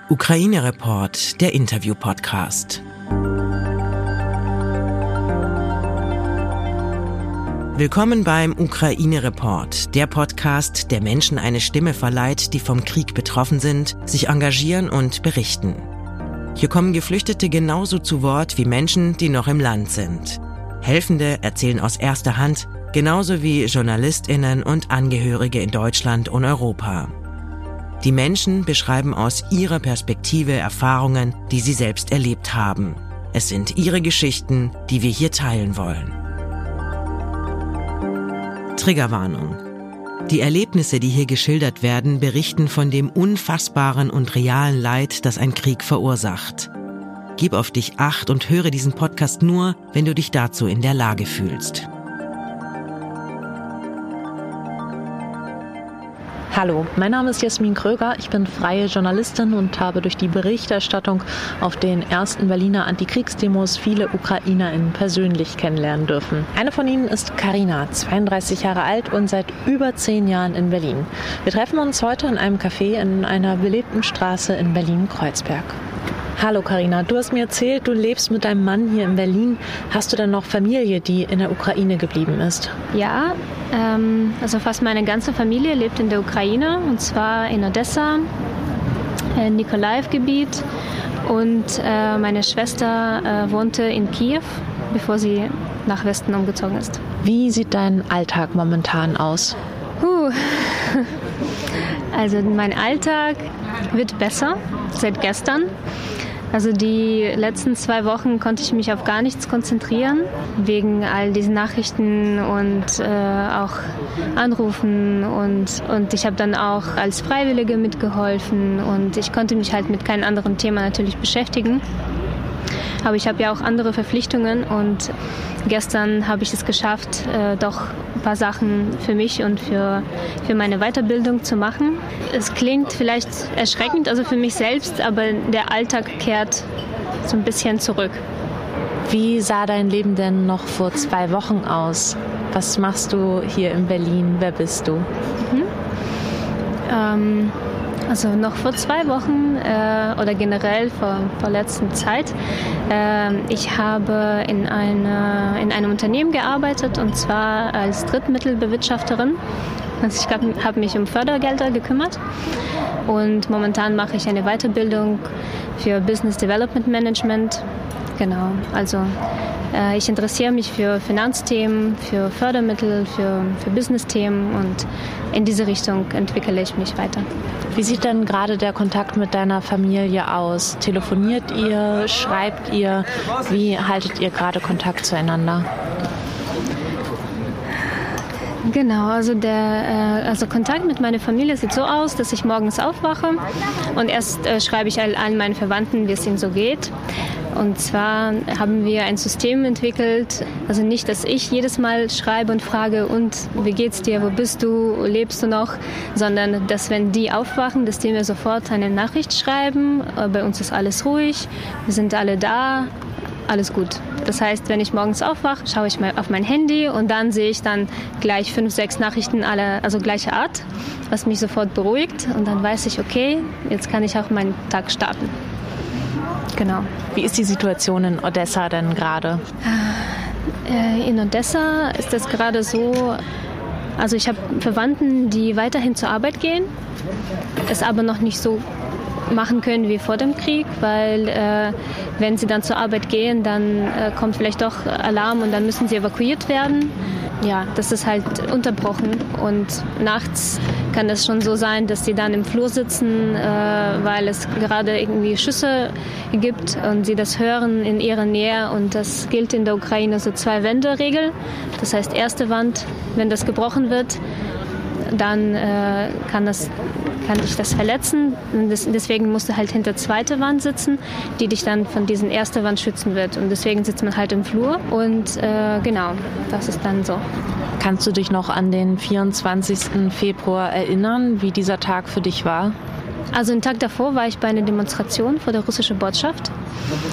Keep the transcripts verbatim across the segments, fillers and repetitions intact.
Ukraine-Report, der Interview-Podcast. Willkommen beim Ukraine-Report, der Podcast, der Menschen eine Stimme verleiht, die vom Krieg betroffen sind, sich engagieren und berichten. Hier kommen Geflüchtete genauso zu Wort wie Menschen, die noch im Land sind. Helfende erzählen aus erster Hand, genauso wie JournalistInnen und Angehörige in Deutschland und Europa. Die Menschen beschreiben aus ihrer Perspektive Erfahrungen, die sie selbst erlebt haben. Es sind ihre Geschichten, die wir hier teilen wollen. Triggerwarnung. Die Erlebnisse, die hier geschildert werden, berichten von dem unfassbaren und realen Leid, das ein Krieg verursacht. Gib auf dich Acht und höre diesen Podcast nur, wenn du dich dazu in der Lage fühlst. Hallo, mein Name ist Jasmin Kröger, ich bin freie Journalistin und habe durch die Berichterstattung auf den ersten Berliner Antikriegsdemos viele UkrainerInnen persönlich kennenlernen dürfen. Eine von ihnen ist Karina, zweiunddreißig Jahre alt und seit über zehn Jahren in Berlin. Wir treffen uns heute in einem Café in einer belebten Straße in Berlin-Kreuzberg. Hallo Karina, du hast mir erzählt, du lebst mit deinem Mann hier in Berlin. Hast du denn noch Familie, die in der Ukraine geblieben ist? Ja, ähm, also fast meine ganze Familie lebt in der Ukraine, und zwar in Odessa, im Nikolaev-Gebiet, und äh, meine Schwester äh, wohnte in Kiew, bevor sie nach Westen umgezogen ist. Wie sieht dein Alltag momentan aus? Puh. Also mein Alltag wird besser seit gestern. Also die letzten zwei Wochen konnte ich mich auf gar nichts konzentrieren, wegen all diesen Nachrichten und äh, auch Anrufen. Und, und ich habe dann auch als Freiwillige mitgeholfen und ich konnte mich halt mit keinem anderen Thema natürlich beschäftigen. Aber ich habe ja auch andere Verpflichtungen und gestern habe ich es geschafft, äh, doch ein paar Sachen für mich und für, für meine Weiterbildung zu machen. Es klingt vielleicht erschreckend, also für mich selbst, aber der Alltag kehrt so ein bisschen zurück. Wie sah dein Leben denn noch vor zwei Wochen aus? Was machst du hier in Berlin? Wer bist du? Mhm. Ähm, Also noch vor zwei Wochen äh, oder generell vor, vor letzter Zeit, äh, ich habe in, eine, in einem Unternehmen gearbeitet, und zwar als Drittmittelbewirtschafterin. Also ich habe mich um Fördergelder gekümmert und momentan mache ich eine Weiterbildung für Business Development Management. Genau, also äh, ich interessiere mich für Finanzthemen, für Fördermittel, für, für Business-Themen, und in diese Richtung entwickle ich mich weiter. Wie sieht denn gerade der Kontakt mit deiner Familie aus? Telefoniert ihr? Schreibt ihr? Wie haltet ihr gerade Kontakt zueinander? Genau, also der äh, also Kontakt mit meiner Familie sieht so aus, dass ich morgens aufwache und erst äh, schreibe ich all, allen meinen Verwandten, wie es ihnen so geht. Und zwar haben wir ein System entwickelt, also nicht, dass ich jedes Mal schreibe und frage, und wie geht's dir, wo bist du, lebst du noch, sondern dass, wenn die aufwachen, dass die mir sofort eine Nachricht schreiben, bei uns ist alles ruhig, wir sind alle da, alles gut. Das heißt, wenn ich morgens aufwache, schaue ich mal auf mein Handy und dann sehe ich dann gleich fünf, sechs Nachrichten, alle, also gleicher Art, was mich sofort beruhigt, und dann weiß ich, okay, jetzt kann ich auch meinen Tag starten. Genau. Wie ist die Situation in Odessa denn gerade? In Odessa ist es gerade so, also ich habe Verwandten, die weiterhin zur Arbeit gehen, es aber noch nicht so machen können wie vor dem Krieg, weil äh, wenn sie dann zur Arbeit gehen, dann äh, kommt vielleicht doch Alarm und dann müssen sie evakuiert werden. Ja, das ist halt unterbrochen, und nachts kann es schon so sein, dass sie dann im Flur sitzen, äh, weil es gerade irgendwie Schüsse gibt und sie das hören in ihrer Nähe, und das gilt in der Ukraine so Zwei-Wände-Regel. Das heißt, erste Wand, wenn das gebrochen wird, dann äh, kann, das, kann dich das verletzen. Und das, deswegen musst du halt hinter zweite Wand sitzen, die dich dann von diesen ersten Wand schützen wird. Und deswegen sitzt man halt im Flur. Und äh, genau, das ist dann so. Kannst du dich noch an den vierundzwanzigsten Februar erinnern, wie dieser Tag für dich war? Also einen Tag davor war ich bei einer Demonstration vor der russischen Botschaft.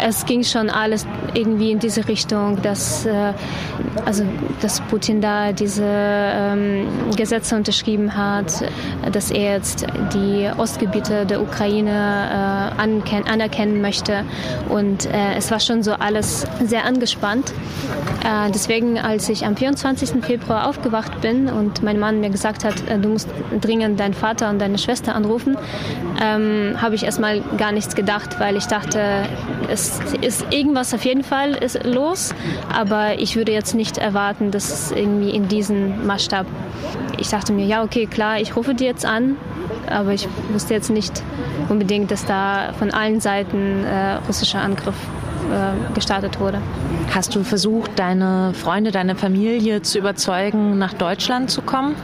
es ging schon alles irgendwie in diese Richtung, dass, äh, also, dass Putin da diese ähm, Gesetze unterschrieben hat, dass er jetzt die Ostgebiete der Ukraine äh, anerken- anerkennen möchte. Und äh, es war schon so alles sehr angespannt. Äh, deswegen, als ich am vierundzwanzigsten Februar aufgewacht bin und mein Mann mir gesagt hat, äh, du musst dringend deinen Vater und deine Schwester anrufen, ähm, habe ich erstmal gar nichts gedacht, weil ich dachte, es ist irgendwas auf jeden Fall ist los, aber ich würde jetzt nicht erwarten, dass es irgendwie in diesem Maßstab. Ich dachte mir, ja, okay, klar, ich rufe die jetzt an, aber ich wusste jetzt nicht unbedingt, dass da von allen Seiten äh, russischer Angriff äh, gestartet wurde. Hast du versucht, deine Freunde, deine Familie zu überzeugen, nach Deutschland zu kommen?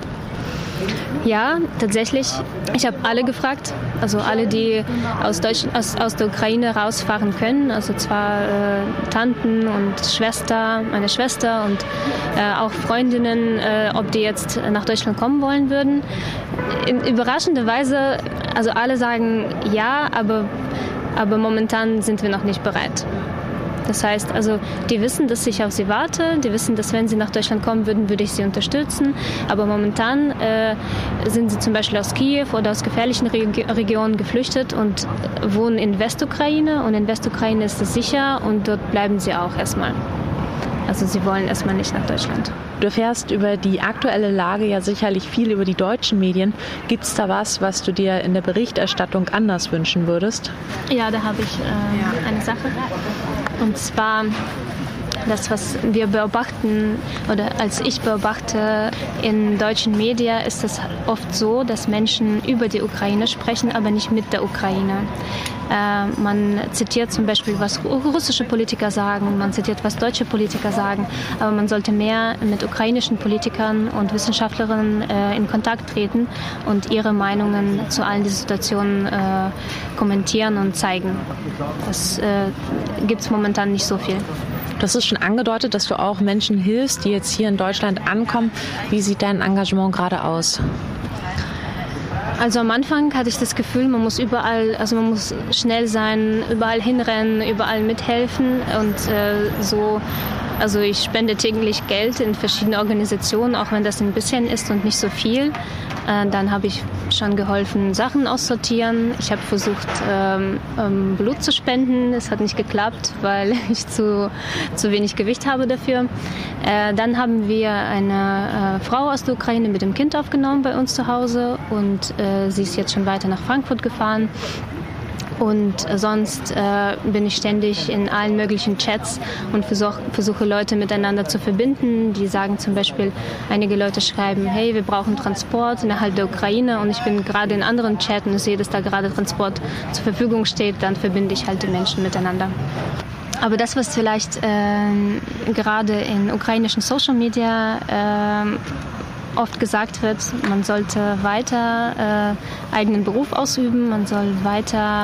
Ja, tatsächlich. Ich habe alle gefragt, also alle, die aus, Deutsch, aus, aus der Ukraine rausfahren können, also zwar äh, Tanten und Schwester, meine Schwester und äh, auch Freundinnen, äh, ob die jetzt nach Deutschland kommen wollen würden. In überraschender Weise, also alle sagen ja, aber, aber momentan sind wir noch nicht bereit. Das heißt, also die wissen, dass ich auf sie warte, die wissen, dass wenn sie nach Deutschland kommen würden, würde ich sie unterstützen. Aber momentan äh, sind sie zum Beispiel aus Kiew oder aus gefährlichen Reg- Regionen geflüchtet und wohnen in Westukraine. Und in Westukraine ist es sicher und dort bleiben sie auch erstmal. Also sie wollen erstmal nicht nach Deutschland. Du erfährst über die aktuelle Lage ja sicherlich viel über die deutschen Medien. Gibt es da was, was du dir in der Berichterstattung anders wünschen würdest? Ja, da habe ich äh, eine Sache. Und zwar das, was wir beobachten oder als ich beobachte in deutschen Medien, ist es oft so, dass Menschen über die Ukraine sprechen, aber nicht mit der Ukraine. Äh, man zitiert zum Beispiel, was russische Politiker sagen, man zitiert, was deutsche Politiker sagen, aber man sollte mehr mit ukrainischen Politikern und Wissenschaftlerinnen äh, in Kontakt treten und ihre Meinungen zu allen diesen Situationen äh, kommentieren und zeigen. Das äh, gibt es momentan nicht so viel. Du hast es schon angedeutet, dass du auch Menschen hilfst, die jetzt hier in Deutschland ankommen. Wie sieht dein Engagement gerade aus? Also am Anfang hatte ich das Gefühl, man muss überall, also man muss schnell sein, überall hinrennen, überall mithelfen und äh, so. Also ich spende täglich Geld in verschiedene Organisationen, auch wenn das ein bisschen ist und nicht so viel. Äh, dann habe ich schon geholfen, Sachen aussortieren. Ich habe versucht, ähm, ähm, Blut zu spenden. Es hat nicht geklappt, weil ich zu, zu wenig Gewicht habe dafür. Äh, dann haben wir eine äh, Frau aus der Ukraine mit dem Kind aufgenommen bei uns zu Hause und äh, sie ist jetzt schon weiter nach Frankfurt gefahren. Und sonst äh, bin ich ständig in allen möglichen Chats und versuch, versuche Leute miteinander zu verbinden. Die sagen zum Beispiel, einige Leute schreiben, hey, wir brauchen Transport innerhalb der Ukraine und ich bin gerade in anderen Chats und sehe, dass da gerade Transport zur Verfügung steht, dann verbinde ich halt die Menschen miteinander. Aber das, was vielleicht äh, gerade in ukrainischen Social Media äh, oft gesagt wird, man sollte weiter äh, eigenen Beruf ausüben, man soll weiter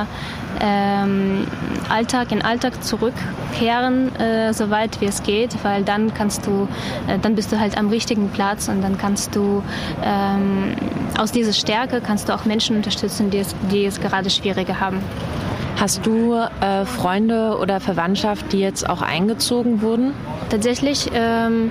ähm, Alltag in Alltag zurückkehren, äh, soweit wie es geht, weil dann kannst du, äh, dann bist du halt am richtigen Platz und dann kannst du ähm, aus dieser Stärke kannst du auch Menschen unterstützen, die es, die es gerade schwieriger haben. Hast du äh, Freunde oder Verwandtschaft, die jetzt auch eingezogen wurden? Tatsächlich ähm,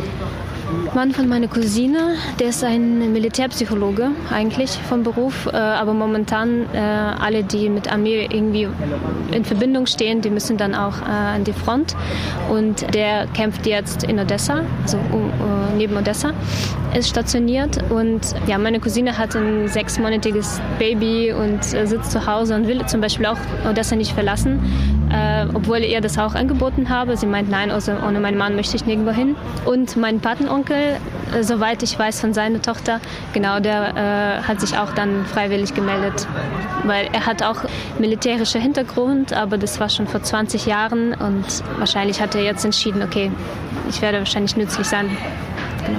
Mann von meiner Cousine, der ist ein Militärpsychologe eigentlich vom Beruf, äh, aber momentan äh, alle, die mit Armee irgendwie in Verbindung stehen, die müssen dann auch äh, an die Front und der kämpft jetzt in Odessa, also uh, neben Odessa, ist stationiert und ja, meine Cousine hat ein sechsmonatiges Baby und äh, sitzt zu Hause und will zum Beispiel auch Odessa nicht verlassen, äh, obwohl ihr das auch angeboten habe. Sie meint, nein, also ohne meinen Mann möchte ich nirgendwo hin. Und mein Patenonkel, äh, soweit ich weiß von seiner Tochter, genau, der äh, hat sich auch dann freiwillig gemeldet, weil er hat auch militärischer Hintergrund, aber das war schon vor zwanzig Jahren und wahrscheinlich hat er jetzt entschieden, okay, ich werde wahrscheinlich nützlich sein. Genau.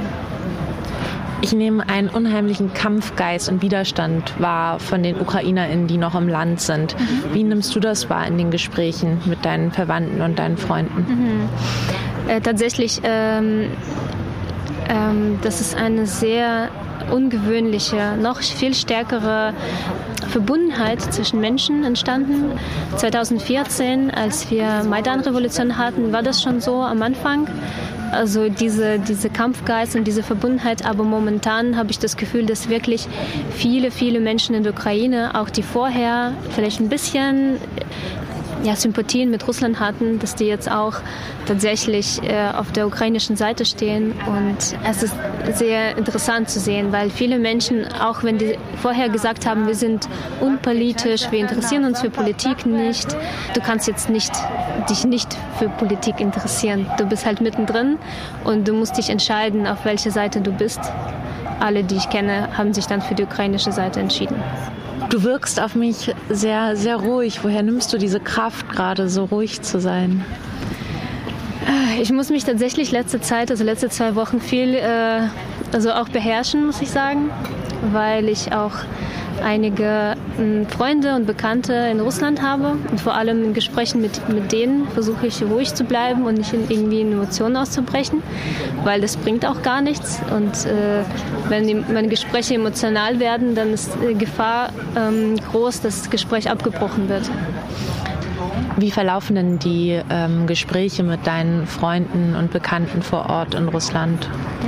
Ich nehme einen unheimlichen Kampfgeist und Widerstand wahr von den UkrainerInnen, die noch im Land sind. Mhm. Wie nimmst du das wahr in den Gesprächen mit deinen Verwandten und deinen Freunden? Mhm. Äh, tatsächlich, ähm, ähm, das ist eine sehr ungewöhnliche, noch viel stärkere Verbundenheit zwischen Menschen entstanden. zweitausendvierzehn, als wir Maidan-Revolution hatten, war das schon so am Anfang. Also diese, diese Kampfgeist und diese Verbundenheit. Aber momentan habe ich das Gefühl, dass wirklich viele, viele Menschen in der Ukraine, auch die vorher vielleicht ein bisschen ja, Sympathien mit Russland hatten, dass die jetzt auch tatsächlich äh, auf der ukrainischen Seite stehen. Und es ist sehr interessant zu sehen, weil viele Menschen, auch wenn die vorher gesagt haben, wir sind unpolitisch, wir interessieren uns für Politik nicht, du kannst jetzt nicht, dich nicht für Politik interessieren. Du bist halt mittendrin und du musst dich entscheiden, auf welche Seite du bist. Alle, die ich kenne, haben sich dann für die ukrainische Seite entschieden. Du wirkst auf mich sehr, sehr ruhig. Woher nimmst du diese Kraft, gerade so ruhig zu sein? Ich muss mich tatsächlich letzte Zeit, also letzte zwei Wochen viel, äh, also auch beherrschen, muss ich sagen, weil ich auch einige äh, Freunde und Bekannte in Russland habe und vor allem in Gesprächen mit, mit denen versuche ich ruhig zu bleiben und nicht in irgendwie in Emotionen auszubrechen, weil das bringt auch gar nichts und äh, wenn die, meine Gespräche emotional werden, dann ist die Gefahr ähm, groß, dass das Gespräch abgebrochen wird. Wie verlaufen denn die ähm, Gespräche mit deinen Freunden und Bekannten vor Ort in Russland?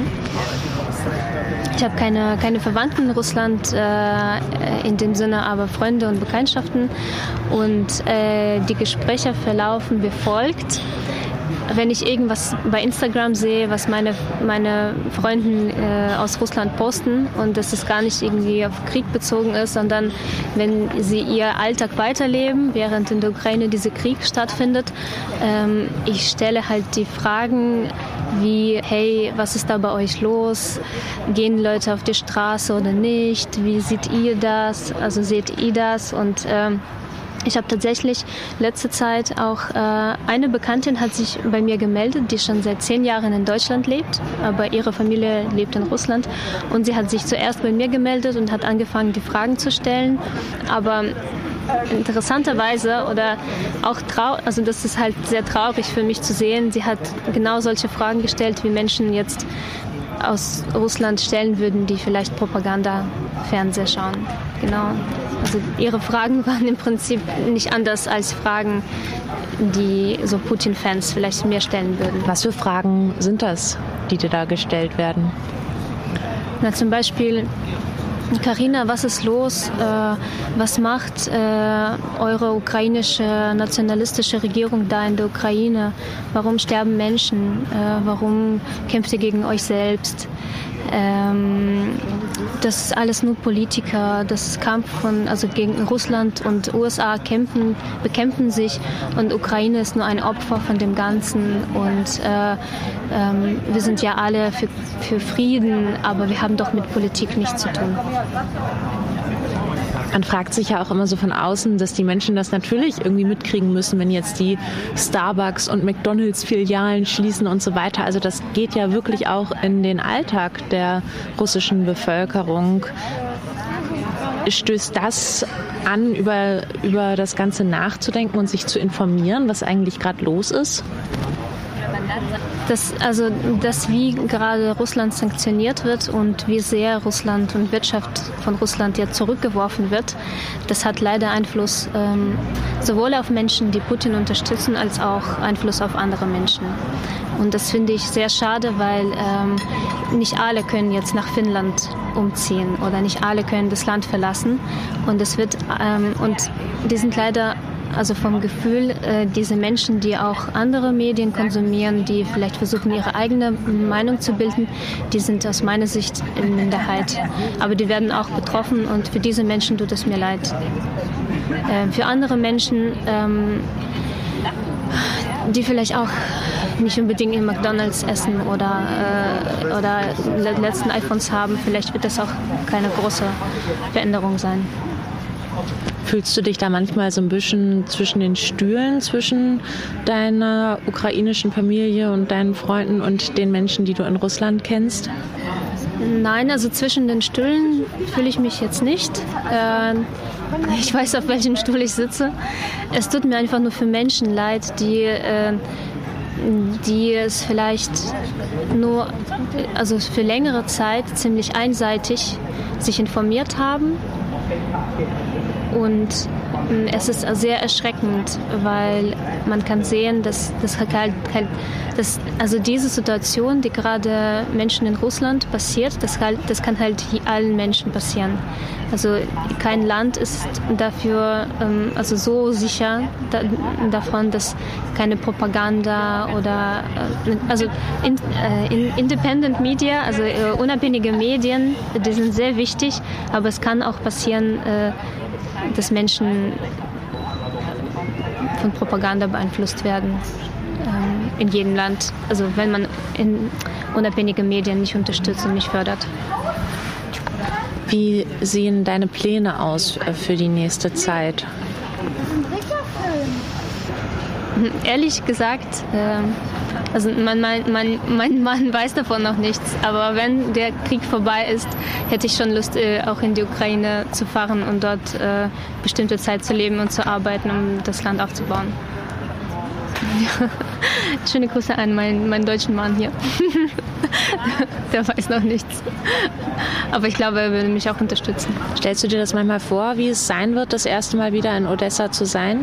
Ich habe keine, keine Verwandten in Russland äh, in dem Sinne, aber Freunde und Bekanntschaften. Und äh, die Gespräche verlaufen wie folgt. Wenn ich irgendwas bei Instagram sehe, was meine, meine Freunde äh, aus Russland posten und dass es gar nicht irgendwie auf Krieg bezogen ist, sondern wenn sie ihr Alltag weiterleben, während in der Ukraine dieser Krieg stattfindet, ähm, ich stelle halt die Fragen wie, hey, was ist da bei euch los? Gehen Leute auf die Straße oder nicht? Wie seht ihr das? Also seht ihr das? Und ähm, ich habe tatsächlich letzte Zeit auch, äh, eine Bekanntin hat sich bei mir gemeldet, die schon seit zehn Jahren in Deutschland lebt, aber ihre Familie lebt in Russland. Und sie hat sich zuerst bei mir gemeldet und hat angefangen, die Fragen zu stellen. Aber interessanterweise oder auch traurig, also das ist halt sehr traurig für mich zu sehen, sie hat genau solche Fragen gestellt, wie Menschen jetzt aus Russland stellen würden, die vielleicht Propaganda-Fernseher schauen. Genau. Also ihre Fragen waren im Prinzip nicht anders als Fragen, die so Putin-Fans vielleicht mehr stellen würden. Was für Fragen sind das, die dir da gestellt werden? Na, zum Beispiel, Carina, was ist los? Äh, was macht äh, eure ukrainische nationalistische Regierung da in der Ukraine? Warum sterben Menschen? Äh, warum kämpft ihr gegen euch selbst? Ähm, das ist alles nur Politiker, das ist Kampf von, also gegen Russland und U S A kämpfen, bekämpfen sich und Ukraine ist nur ein Opfer von dem Ganzen und äh, ähm, wir sind ja alle für, für Frieden, aber wir haben doch mit Politik nichts zu tun. Man fragt sich ja auch immer so von außen, dass die Menschen das natürlich irgendwie mitkriegen müssen, wenn jetzt die Starbucks und McDonalds-Filialen schließen und so weiter. Also das geht ja wirklich auch in den Alltag der russischen Bevölkerung. Stößt das an, über, über das Ganze nachzudenken und sich zu informieren, was eigentlich gerade los ist? Das, also, dass wie gerade Russland sanktioniert wird und wie sehr Russland und Wirtschaft von Russland jetzt zurückgeworfen wird, das hat leider Einfluss ähm, sowohl auf Menschen, die Putin unterstützen, als auch Einfluss auf andere Menschen. Und das finde ich sehr schade, weil ähm, nicht alle können jetzt nach Finnland umziehen oder nicht alle können das Land verlassen. Und es wird ähm, und die sind leider also vom Gefühl, äh, diese Menschen, die auch andere Medien konsumieren, die vielleicht versuchen, ihre eigene Meinung zu bilden, die sind aus meiner Sicht in Minderheit. Aber die werden auch betroffen und für diese Menschen tut es mir leid. Äh, für andere Menschen, ähm, die vielleicht auch nicht unbedingt in McDonalds essen oder, äh, oder die letzten iPhones haben, vielleicht wird das auch keine große Veränderung sein. Fühlst du dich da manchmal so ein bisschen zwischen den Stühlen, zwischen deiner ukrainischen Familie und deinen Freunden und den Menschen, die du in Russland kennst? Nein, also zwischen den Stühlen fühle ich mich jetzt nicht. Äh, ich weiß, auf welchem Stuhl ich sitze. Es tut mir einfach nur für Menschen leid, die, äh, die es vielleicht nur, also für längere Zeit ziemlich einseitig sich informiert haben. Und es ist sehr erschreckend, weil man kann sehen, dass, dass, halt, halt, dass also diese Situation, die gerade Menschen in Russland passiert, das, halt, das kann halt allen Menschen passieren. Also kein Land ist dafür ähm, also so sicher da, davon, dass keine Propaganda oder äh, also in, äh, in Independent Media, also äh, unabhängige Medien, die sind sehr wichtig, aber es kann auch passieren, äh, dass Menschen von Propaganda beeinflusst werden ähm, in jedem Land. Also wenn man in unabhängige Medien nicht unterstützt und nicht fördert. Wie sehen deine Pläne aus für die nächste Zeit? Ehrlich gesagt, äh, also mein, mein, mein, mein Mann weiß davon noch nichts. Aber wenn der Krieg vorbei ist, hätte ich schon Lust, äh, auch in die Ukraine zu fahren und dort äh, bestimmte Zeit zu leben und zu arbeiten, um das Land aufzubauen. Ja. Schöne Grüße an meinen, meinen deutschen Mann hier. Der weiß noch nichts. Aber ich glaube, er würde mich auch unterstützen. Stellst du dir das manchmal vor, wie es sein wird, das erste Mal wieder in Odessa zu sein?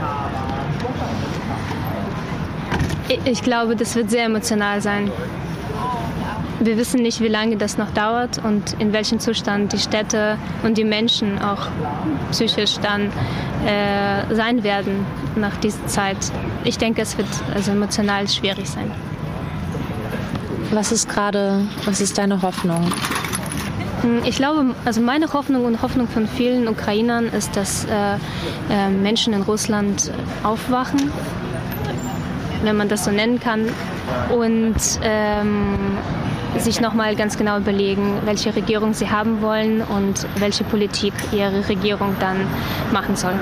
Ich glaube, das wird sehr emotional sein. Wir wissen nicht, wie lange das noch dauert und in welchem Zustand die Städte und die Menschen auch psychisch dann äh, sein werden nach dieser Zeit. Ich denke, es wird also emotional schwierig sein. Was ist gerade, was ist deine Hoffnung? Ich glaube, also meine Hoffnung und Hoffnung von vielen Ukrainern ist, dass äh, äh, Menschen in Russland aufwachen, wenn man das so nennen kann, und ähm, sich nochmal ganz genau überlegen, welche Regierung sie haben wollen und welche Politik ihre Regierung dann machen soll.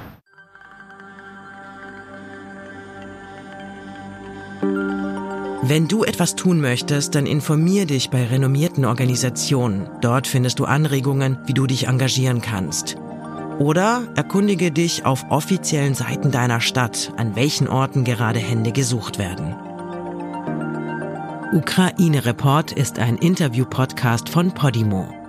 Wenn du etwas tun möchtest, dann informier dich bei renommierten Organisationen. Dort findest du Anregungen, wie du dich engagieren kannst. Oder erkundige dich auf offiziellen Seiten deiner Stadt, an welchen Orten gerade Hände gesucht werden. Ukraine Report ist ein Interview-Podcast von Podimo.